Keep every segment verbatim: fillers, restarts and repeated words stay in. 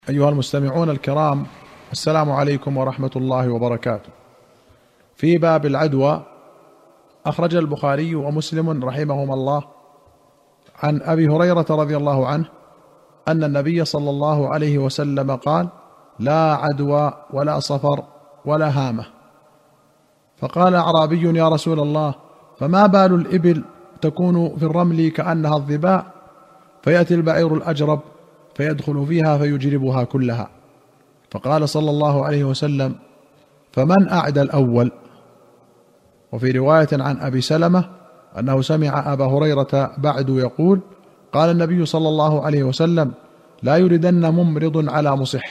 أيها المستمعون الكرام، السلام عليكم ورحمة الله وبركاته. في باب العدوى أخرج البخاري ومسلم رحمهما الله عن أبي هريرة رضي الله عنه أن النبي صلى الله عليه وسلم قال: لا عدوى ولا صفر ولا هامة. فقال أعرابي: يا رسول الله، فما بال الإبل تكون في الرمل كأنها الظباء، فيأتي البعير الأجرب فيدخل فيها فيجربها كلها؟ فقال صلى الله عليه وسلم: فمن أعدى الأول؟ وفي رواية عن أبي سلمة أنه سمع أبا هريرة بعد يقول: قال النبي صلى الله عليه وسلم: لا يردن ممرض على مصح.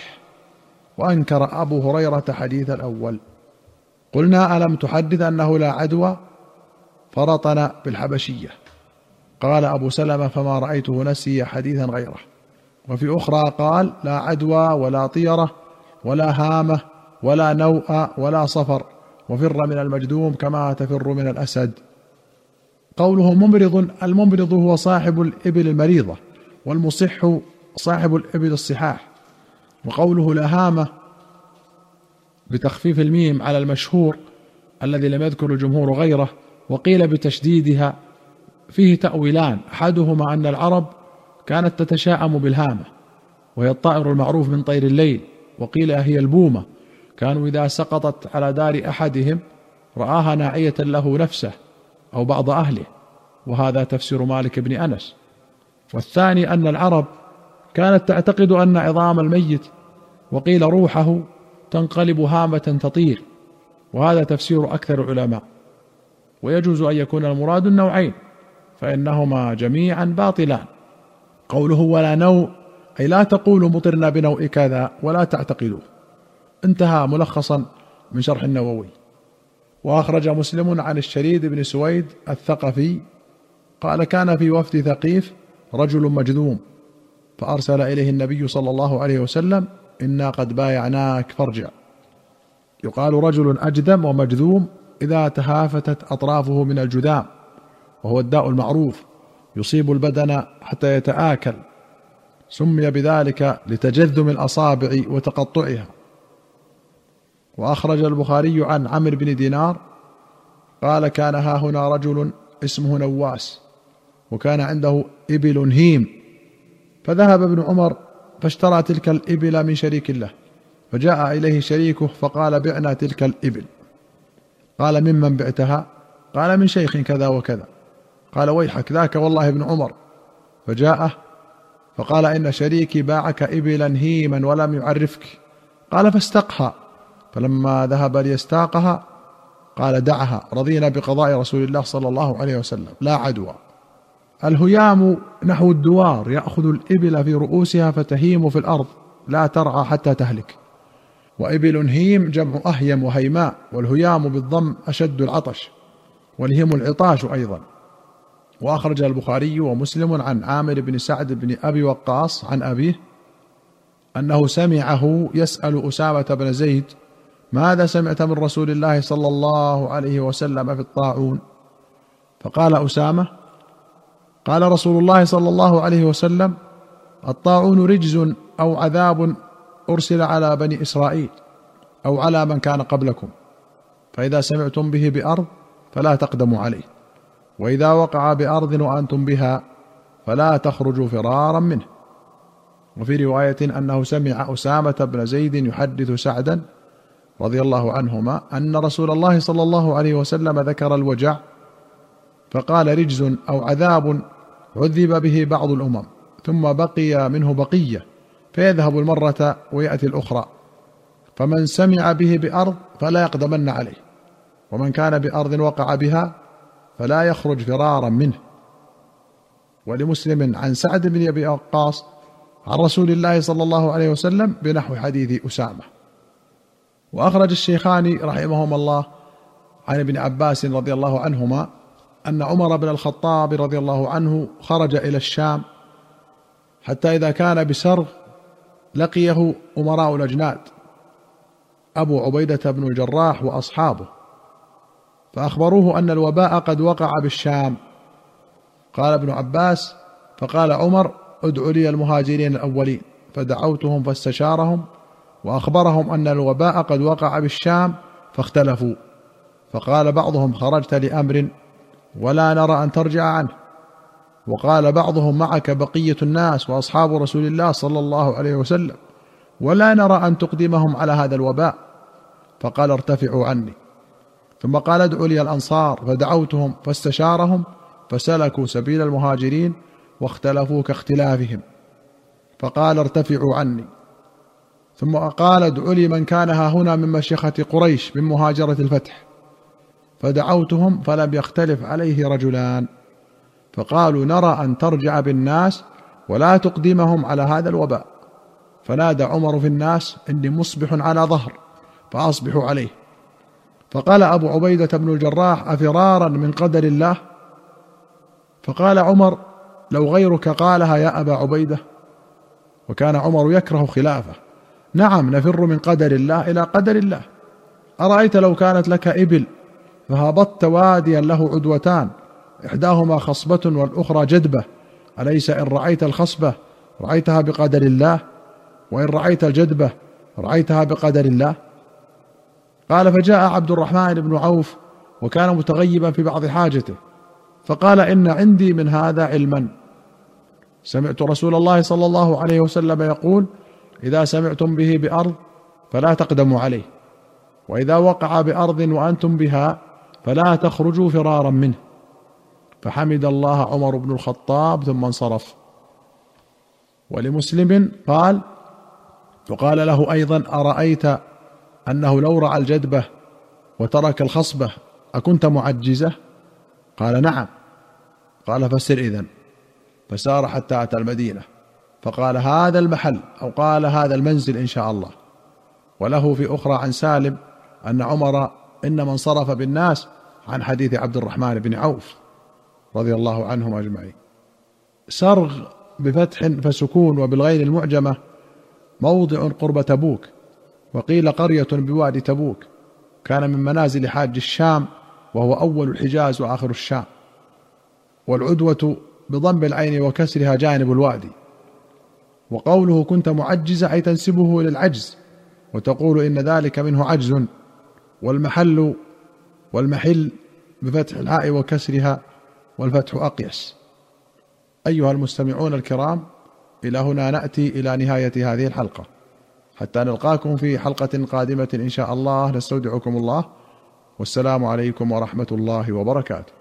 وأنكر أبو هريرة حديث الأول. قلنا: ألم تحدث أنه لا عدوى؟ فرطنا بالحبشية. قال أبو سلمة: فما رأيته نسي حديثا غيره. وفي أخرى قال: لا عدوى ولا طيرة ولا هامة ولا نوء ولا صفر، وفر من المجذوم كما تفر من الأسد. قوله ممرض، الممرض هو صاحب الإبل المريضة، والمصح صاحب الإبل الصحاح. وقوله لا هامة بتخفيف الميم على المشهور الذي لم يذكر الجمهور غيره، وقيل بتشديدها، فيه تأويلان: أحدهما أن العرب كانت تتشاءم بالهامة، وهي الطائر المعروف من طير الليل، وقيل هي البومة، كانوا إذا سقطت على دار أحدهم رآها ناعية له نفسه أو بعض أهله، وهذا تفسير مالك بن أنس. والثاني أن العرب كانت تعتقد أن عظام الميت وقيل روحه تنقلب هامة تطير، وهذا تفسير أكثر العلماء. ويجوز أن يكون المراد النوعين، فإنهما جميعا باطلان. قوله ولا نوء، أي لا تقولوا مطرنا بنوء كذا ولا تعتقدوه. انتهى ملخصا من شرح النووي. وأخرج مسلم عن الشريد بن سويد الثقفي قال: كان في وفد ثقيف رجل مجذوم، فأرسل إليه النبي صلى الله عليه وسلم: إنا قد بايعناك فارجع. يقال رجل أجذم ومجذوم إذا تهافتت أطرافه من الجذام، وهو الداء المعروف يصيب البدن حتى يتآكل، سمي بذلك لتجذم الأصابع وتقطعها. وأخرج البخاري عن عمرو بن دينار قال: كان ها هنا رجل اسمه نواس، وكان عنده إبل هيم، فذهب ابن عمر فاشترى تلك الإبل من شريك له، فجاء إليه شريكه فقال: بعنا تلك الإبل. قال: ممن بعتها؟ قال: من شيخ كذا وكذا. قال: ويحك، ذاك والله ابن عمر. فجاءه فقال: إن شريكي باعك إبلا هيما ولم يعرفك. قال: فاستقها. فلما ذهب ليستاقها قال: دعها، رضينا بقضاء رسول الله صلى الله عليه وسلم، لا عدوى. الهيام نحو الدوار، يأخذ الإبل في رؤوسها فتهيم في الأرض، لا ترعى حتى تهلك. وإبل هيم جمع أهيم وهيماء، والهيام بالضم أشد العطش، والهيم العطاش أيضا. وأخرج البخاري ومسلم عن عامر بن سعد بن أبي وقاص عن أبيه أنه سمعه يسأل أسامة بن زيد: ماذا سمعت من رسول الله صلى الله عليه وسلم في الطاعون؟ فقال أسامة: قال رسول الله صلى الله عليه وسلم: الطاعون رجز أو عذاب أرسل على بني إسرائيل أو على من كان قبلكم، فإذا سمعتم به بأرض فلا تقدموا عليه، وإذا وقع بأرض وأنتم بها فلا تخرجوا فرارا منه. وفي رواية أنه سمع أسامة بن زيد يحدث سعدا رضي الله عنهما أن رسول الله صلى الله عليه وسلم ذكر الوجع فقال: رجز أو عذاب عذب به بعض الأمم ثم بقي منه بقية، فيذهب المرة ويأتي الأخرى، فمن سمع به بأرض فلا يقدمن عليه، ومن كان بأرض وقع بها فلا يخرج فرارا منه. ولمسلم عن سعد بن أبي وقاص عن رسول الله صلى الله عليه وسلم بنحو حديث أسامة. وأخرج الشيخان رحمهما الله عن ابن عباس رضي الله عنهما أن عمر بن الخطاب رضي الله عنه خرج إلى الشام، حتى إذا كان بسرغ لقيه أمراء الأجناد أبو عبيدة بن الجراح وأصحابه، فأخبروه أن الوباء قد وقع بالشام. قال ابن عباس: فقال عمر: ادعوا لي المهاجرين الأولين، فدعوتهم فاستشارهم وأخبرهم أن الوباء قد وقع بالشام فاختلفوا، فقال بعضهم خرجت لأمر ولا نرى أن ترجع عنه، وقال بعضهم معك بقية الناس وأصحاب رسول الله صلى الله عليه وسلم ولا نرى أن تقدمهم على هذا الوباء، فقال ارتفعوا عني. ثم قال ادعوا لي الأنصار، فدعوتهم فاستشارهم فسلكوا سبيل المهاجرين واختلفوا كاختلافهم، فقال ارتفعوا عني. ثم قال ادعوا لي من كان ها هنا من مشيخة قريش من مهاجرة الفتح، فدعوتهم فلم يختلف عليه رجلان، فقالوا نرى أن ترجع بالناس ولا تقدمهم على هذا الوباء. فنادى عمر في الناس إني مصبح على ظهر فأصبحوا عليه. فقال أبو عبيدة بن الجراح أفرارا من قدر الله؟ فقال عمر لو غيرك قالها يا أبا عبيدة. وكان عمر يكره خلافه. نعم نفر من قدر الله إلى قدر الله. أرأيت لو كانت لك إبل فهبطت واديا له عدوتان إحداهما خصبة والأخرى جدبة، أليس إن رأيت الخصبة رأيتها بقدر الله، وإن رأيت الجدبة رأيتها بقدر الله؟ قال فجاء عبد الرحمن بن عوف وكان متغيبا في بعض حاجته، فقال إن عندي من هذا علما، سمعت رسول الله صلى الله عليه وسلم يقول إذا سمعتم به بأرض فلا تقدموا عليه، وإذا وقع بأرض وأنتم بها فلا تخرجوا فرارا منه. فحمد الله عمر بن الخطاب ثم انصرف. ولمسلم قال وقال له أيضا أرأيت أنه لو رأى الجدبة وترك الخصبة أكنت معجزة؟ قال نعم. قال فسر إذن. فسار حتى أتى المدينة فقال هذا المحل أو قال هذا المنزل إن شاء الله. وله في أخرى عن سالم أن عمر إنما انصرف بالناس عن حديث عبد الرحمن بن عوف رضي الله عنهم أجمعين. سرغ بفتح فسكون وبالغين المعجمة موضع قرب تبوك، وقيل قرية بوادي تبوك، كان من منازل حاج الشام، وهو أول الحجاز وآخر الشام. والعدوة بضم العين وكسرها جانب الوادي. وقوله كنت معجزة أي تنسبه للعجز وتقول إن ذلك منه عجز. والمحل والمحل بفتح الهاء وكسرها والفتح أقيس. أيها المستمعون الكرام، إلى هنا نأتي إلى نهاية هذه الحلقة، حتى نلقاكم في حلقة قادمة إن شاء الله. نستودعكم الله، والسلام عليكم ورحمة الله وبركاته.